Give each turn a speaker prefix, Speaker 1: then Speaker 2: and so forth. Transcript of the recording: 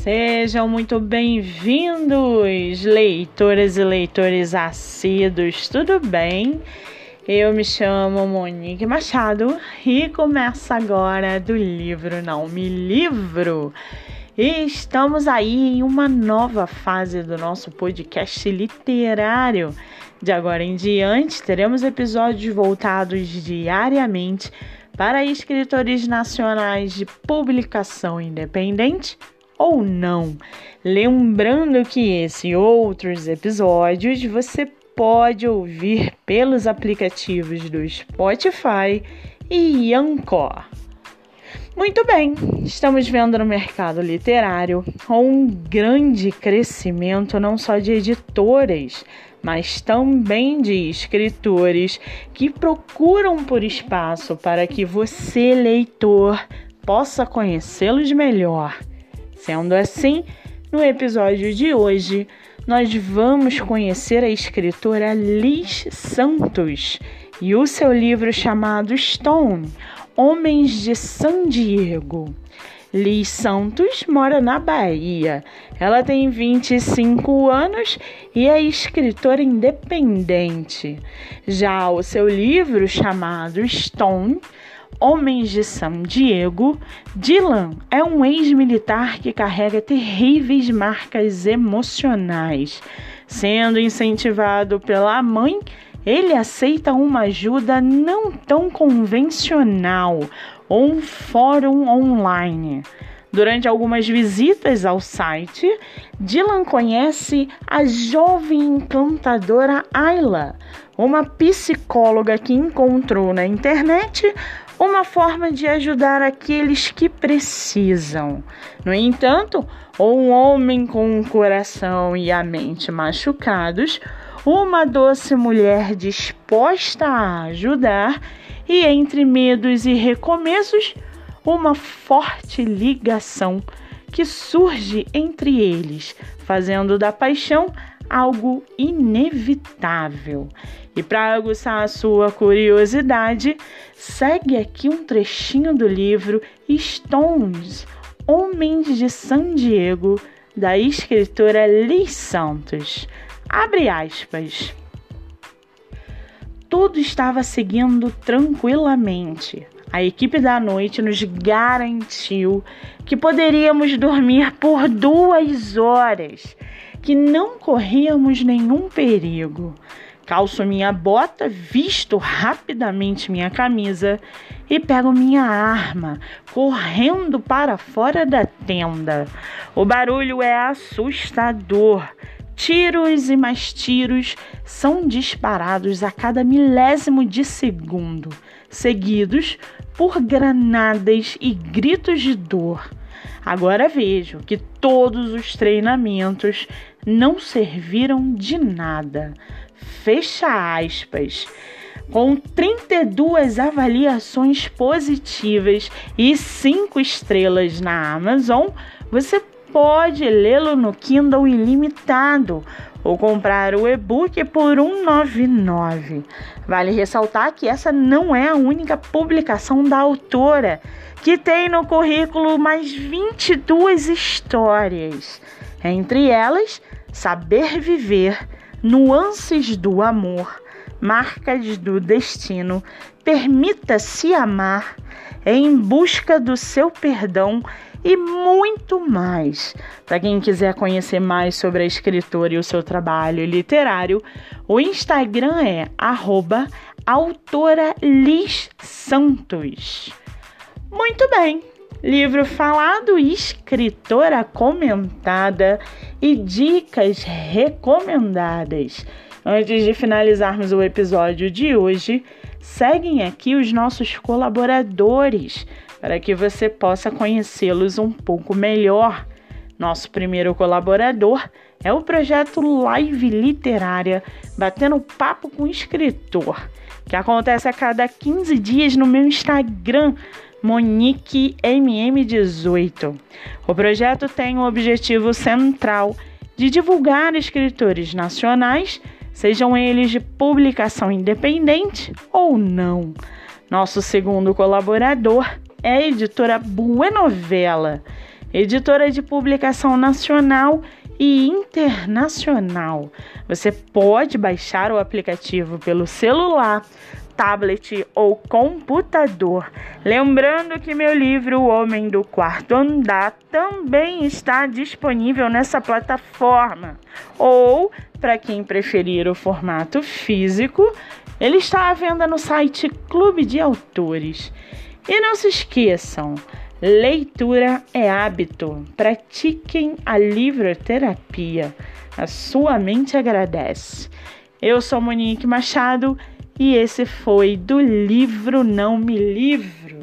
Speaker 1: Sejam muito bem-vindos, leitoras e leitores assíduos, tudo bem? Eu me chamo Monique Machado e começo agora do livro Não Me Livro. E estamos aí em uma nova fase do nosso podcast literário. De agora em diante, teremos episódios voltados diariamente para escritores nacionais de publicação independente ou não. Lembrando que esse e outros episódios você pode ouvir pelos aplicativos do Spotify e Anchor. Muito bem, estamos vendo no mercado literário um grande crescimento não só de editoras, mas também de escritores que procuram por espaço para que você, leitor, possa conhecê-los melhor. Sendo assim, no episódio de hoje, nós vamos conhecer a escritora Liz Santos e o seu livro chamado Stone, Homens de San Diego. Liz Santos mora na Bahia. Ela tem 25 anos e é escritora independente. Já o seu livro chamado Stone, Homens de San Diego, Dylan é um ex-militar que carrega terríveis marcas emocionais. Sendo incentivado pela mãe, ele aceita uma ajuda não tão convencional, ou um fórum online. Durante algumas visitas ao site, Dylan conhece a jovem encantadora Ayla, uma psicóloga que encontrou na internet uma forma de ajudar aqueles que precisam. No entanto, um homem com o coração e a mente machucados, uma doce mulher disposta a ajudar e, entre medos e recomeços, uma forte ligação que surge entre eles, fazendo da paixão algo inevitável. E para aguçar a sua curiosidade, segue aqui um trechinho do livro Stones, Homens de San Diego, da escritora Liz Santos. Abre aspas. Tudo estava seguindo tranquilamente. A equipe da noite nos garantiu que poderíamos dormir por 2 horas, que não corríamos nenhum perigo. Calço minha bota, visto rapidamente minha camisa e pego minha arma, correndo para fora da tenda. O barulho é assustador. Tiros e mais tiros são disparados a cada milésimo de segundo, seguidos por granadas e gritos de dor. Agora vejo que todos os treinamentos não serviram de nada. Fecha aspas. Com 32 avaliações positivas e 5 estrelas na Amazon, você pode lê-lo no Kindle ilimitado ou comprar o e-book por R$ 1,99. Vale ressaltar que essa não é a única publicação da autora, que tem no currículo mais 22 histórias. Entre elas, Saber Viver, Nuances do Amor, Marcas do Destino, Permita-se Amar, Em Busca do Seu Perdão e muito mais. Para quem quiser conhecer mais sobre a escritora e o seu trabalho literário, o Instagram é @autora_Liz_Santos. Muito bem, livro falado, escritora comentada e dicas recomendadas. Antes de finalizarmos o episódio de hoje, seguem aqui os nossos colaboradores para que você possa conhecê-los um pouco melhor. Nosso primeiro colaborador é o projeto Live Literária Batendo Papo com Escritor, que acontece a cada 15 dias no meu Instagram, MoniqueMM18. O projeto tem o objetivo central de divulgar escritores nacionais, sejam eles de publicação independente ou não. Nosso segundo colaborador é a editora Buenovela. editora de publicação nacional e internacional. Você pode baixar o aplicativo pelo celular, tablet ou computador. Lembrando que meu livro, O Homem do Quarto Andar, também está disponível nessa plataforma. Ou, para quem preferir o formato físico, ele está à venda no site Clube de Autores. E não se esqueçam, leitura é hábito. Pratiquem a livroterapia. A sua mente agradece. Eu sou Monique Machado e esse foi do livro Não Me Livro.